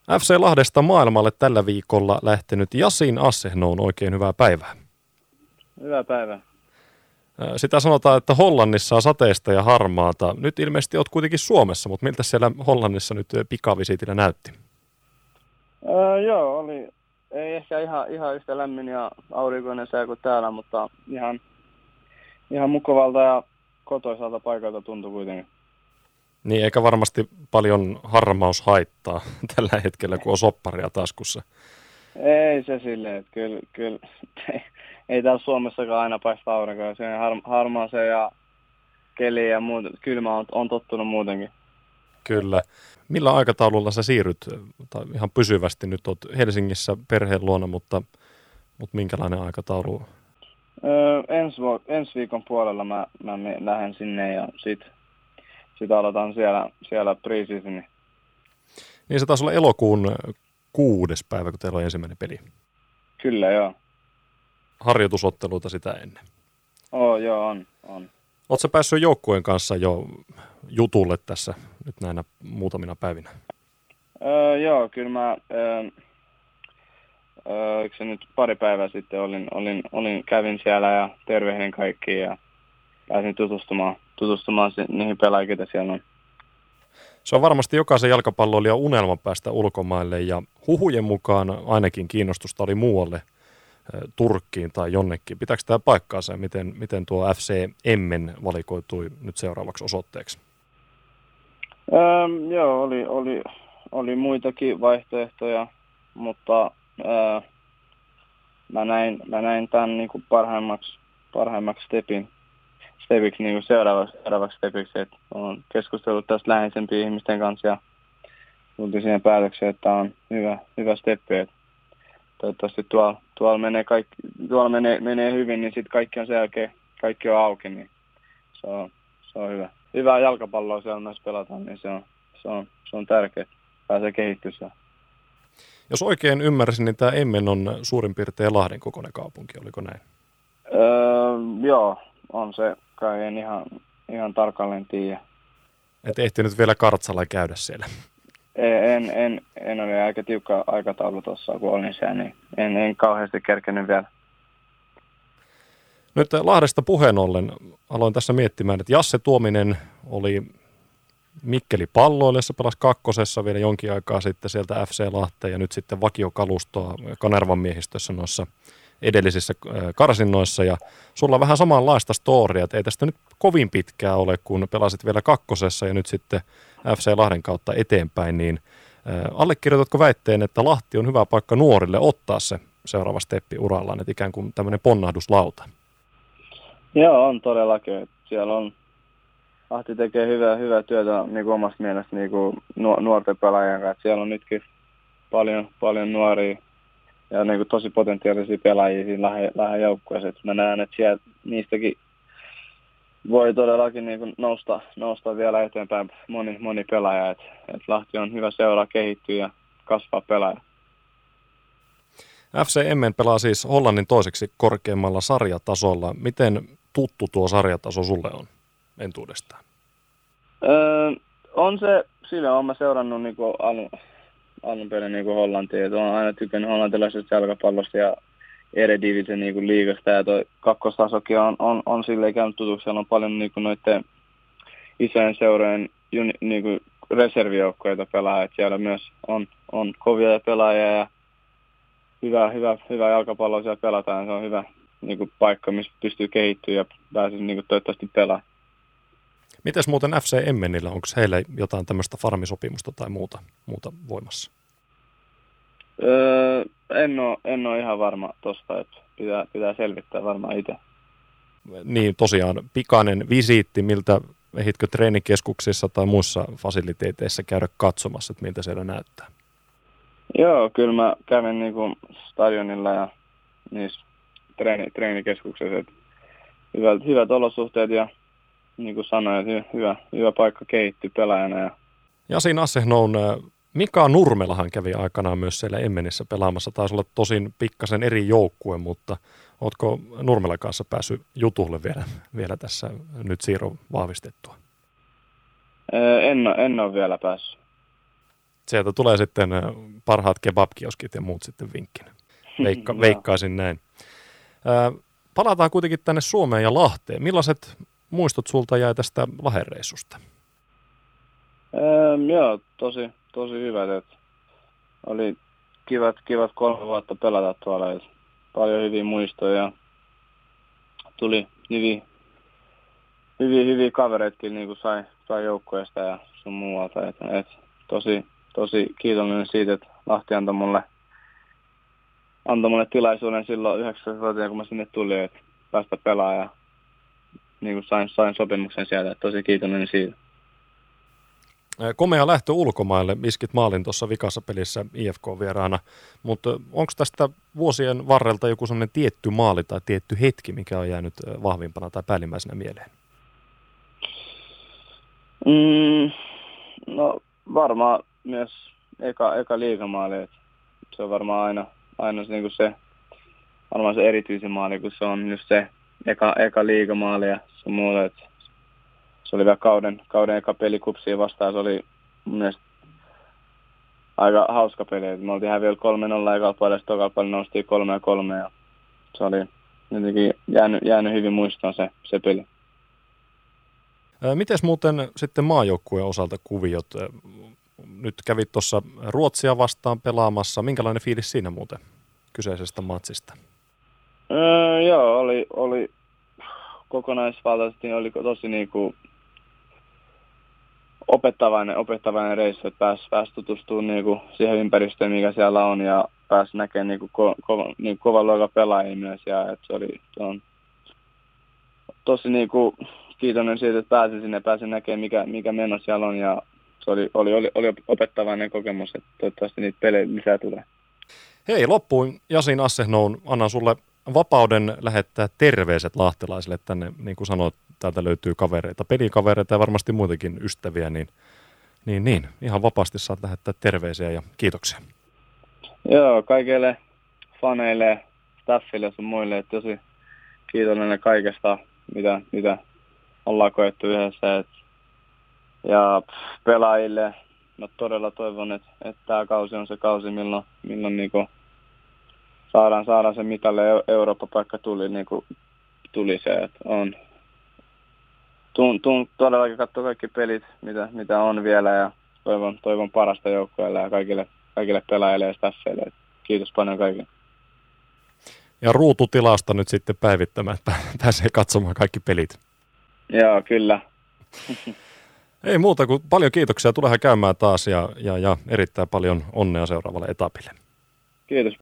FC Lahdesta maailmalle tällä viikolla lähtenyt Yasin Asselnoon, oikein hyvää päivää. Hyvää päivää. Sitä sanotaan, että Hollannissa on sateista ja harmaata. Nyt ilmeisesti olet kuitenkin Suomessa, mutta miltä siellä Hollannissa nyt pikavisiitillä näytti? Joo, ei ehkä ihan yhtä lämmin ja aurinkoinen sää kuin täällä, mutta ihan mukavalta ja kotoisalta paikalta tuntui kuitenkin. Niin, eikä varmasti paljon harmaus haittaa tällä hetkellä, kun on sopparia taskussa. Ei se silleen, että kyllä ei täällä Suomessakaan aina paista aurinkoa. Se harmaaseen ja keliin ja muuta. Kylmä on tottunut muutenkin. Kyllä. Millä aikataululla sä siirryt, tai ihan pysyvästi nyt olet Helsingissä perheen luona, mutta minkälainen aikataulu? Ensi viikon puolella mä lähden sinne ja sit aloitan siellä pre-seasonin. Niin se taisi olla elokuun 6. päivä, kun teillä on ensimmäinen peli. Kyllä, joo. Harjoitusotteluita sitä ennen. Joo, on. Oletko sä päässyt joukkueen kanssa jo jutulle tässä nyt näinä muutamina päivinä? Joo, kyllä mä, eikö se nyt pari päivää sitten kävin siellä ja tervehdin kaikkiin ja pääsin tutustumaan niihin pelaajia, ketä siellä on. Se on varmasti jokaisen jalkapalloilijan unelma päästä ulkomaille ja huhujen mukaan ainakin kiinnostusta oli muualle, Turkkiin tai jonnekin. Pitääkö tämä paikkaansa ja miten tuo FC Emmen valikoitui nyt seuraavaksi osoitteeksi? Joo, oli muitakin vaihtoehtoja, mutta mä näin tämän niin kuin parhaimmaksi stepiksi niin kuin seuraavaksi stepiksi, että olen keskustellut tästä läheisempien ihmisten kanssa ja tultiin siihen päätökseen, että tämä on hyvä steppi. Toivottavasti tuolla menee hyvin, niin sitten kaikki on sen jälkeen, kaikki on auki, niin se on hyvä. Hyvää jalkapalloa siellä myös pelataan, niin se on tärkeää, pääsee kehittymään. Jos oikein ymmärsin, niin tämä Emmen on suurin piirtein Lahden kokoinen kaupunki, oliko näin? Joo, on se, kai en ihan tarkalleen tiedä. Et ehtinyt vielä kartsalla käydä siellä? En ole aika tiukka aikataulu tuossa, kun olin siellä, niin en kauheasti kerkenyt vielä. Nyt Lahdesta puheen ollen aloin tässä miettimään, että Jasse Tuominen oli Mikkeli Palloilessa, pelasi kakkosessa vielä jonkin aikaa sitten sieltä FC Lahteen ja nyt sitten vakiokalustoa Kanervan miehistössä noissa edellisissä karsinnoissa ja sulla on vähän samanlaista storia, että ei tästä nyt kovin pitkää ole, kun pelasit vielä kakkosessa ja nyt sitten FC Lahden kautta eteenpäin, niin allekirjoitatko väitteen, että Lahti on hyvä paikka nuorille ottaa se seuraava steppi urallaan, että ikään kuin tämmöinen ponnahduslauta? Joo, on todellakin. Että siellä on, Lahti tekee hyvää työtä niin kuin omasta mielestä niin kuin nuorten pelaajien kanssa. Siellä on nytkin paljon nuoria ja niin kuin tosi potentiaalisia pelaajia siinä Lahden joukkueessa. Mä näen, että siellä niistäkin voi todellakin niin kuin nousta vielä eteenpäin moni pelaaja. Et Lahti on hyvä seuraa, kehittyä ja kasvaa pelaaja. FC Emmen pelaa siis Hollannin toiseksi korkeimmalla sarjatasolla. Miten tuttu tuo sarjataso sulle on entuudestaan? On se, sillä olen mä seurannut niin kuin alun perin niin kuin Hollantia. Olen aina tykännyt hollantilaisesta jalkapallosta ja Eredivisie niin kuin liigasta. Ja tuo kakkostasokin on silleen käynyt tutuksi. Siellä on paljon niin kuin noiden isojen seurojen niin kuin reservijoukkoja pelaa. Siellä myös on kovia pelaajia ja hyvä jalkapalloa siellä pelataan. Se on hyvä niin kuin paikka, missä pystyy kehittyä ja pääsee niin kuin toivottavasti pelaamaan. Mites muuten FC Emmenillä, onko heillä jotain tämmöistä farmisopimusta tai muuta voimassa? En ole ihan varma tosta, että pitää selvittää varmaan itse. Niin tosiaan pikainen visiitti, miltä ehitkö treenikeskuksissa tai muissa fasiliteeteissa käydä katsomassa, että miltä siellä näyttää? Joo, kyllä mä kävin niinku stadionilla ja niissä treenikeskuksissa, että hyvät olosuhteet ja niin kuin sanoin, että hyvä paikka kehittyä pelaajana. Ja Yasin Asselnoon Mika Nurmelahan kävi aikanaan myös siellä Emmenissä pelaamassa. Taisi olla tosin pikkasen eri joukkue, mutta ootko Nurmelan kanssa päässyt jutulle vielä tässä nyt siirron vahvistettua? En ole vielä päässyt. Sieltä tulee sitten parhaat kebabkioskit ja muut sitten vinkkinä. Veikkaisin näin. Palataan kuitenkin tänne Suomeen ja Lahteen. Millaiset muistot sulta jäi tästä Lahden reissusta? Joo, tosi hyvät. Et oli kivat 3 vuotta pelata tuolla. Et paljon hyviä muistoja. Tuli hyviä kavereitkin niin sai joukkueesta ja sun muualta. Et tosi kiitollinen siitä, että Lahti antoi mulle tilaisuuden silloin 9-vuotiaana, kun mä sinne tulin, että päästä pelaamaan ja niin sain sopimuksen sieltä. Et tosi kiitollinen siitä. Komea lähtö ulkomaille, iskit maalin tuossa vikassa pelissä IFK-vieraana, mutta onko tästä vuosien varrelta joku sellainen tietty maali tai tietty hetki, mikä on jäänyt vahvimpana tai päällimmäisenä mieleen? No varmaan myös eka liigamaali, että se on varmaan aina varmaan se erityisin maali, kun se on just se eka liigamaali ja se muuta, että se oli vielä kauden eka peli Kupsia vastaan, se oli mun mielestä aika hauska peli. Me oltiin häviöllä 3-0 ekalla puolella, sitten tokalla puolella noustiin 3-3 ja se oli jotenkin jäänyt hyvin muistoon se peli. Mites muuten sitten maajoukkueen osalta kuviot? Nyt kävit tuossa Ruotsia vastaan pelaamassa. Minkälainen fiilis siinä muuten kyseisestä matsista? Joo, oli kokonaisvaltaisesti oli tosi niinku opettavainen reissu, että pääsi tutustumaan niinku siihen ympäristöön, mikä siellä on, ja pääsi näkemään niinku kovan luokan pelaajia myös, ja et se on tosi niinku kiitollinen siitä, että pääsin näkemään mikä meno siellä on, ja se oli opettavainen kokemus, että toivottavasti niitä pelejä lisää tulee. Hei, loppuun Yasin Assehnoun annan sulle vapauden lähettää terveiset lahtelaisille tänne, niin kuin sanoit, täältä löytyy kavereita, pelikavereita ja varmasti muitakin ystäviä, niin ihan vapaasti saat lähettää terveisiä ja kiitoksia. Joo, kaikille faneille, staffille ja sun muille, tosi kiitollinen kaikesta, mitä ollaan koettu yhdessä. Ja pelaajille, no todella toivon, että tämä kausi on se kausi, milloin niinku saadaan se mitalle Eurooppa-paikka tuli se, että on todellakin katsoa kaikki pelit, mitä on vielä, ja toivon parasta joukkueelle ja kaikille pelaajille ja staffeille. Kiitos paljon kaikille. Ja ruututilasta nyt sitten päivittämään, että pääsee katsomaan kaikki pelit. Joo, kyllä. Ei muuta kuin paljon kiitoksia. Tulehan käymään taas ja erittäin paljon onnea seuraavalle etapille. Kiitos.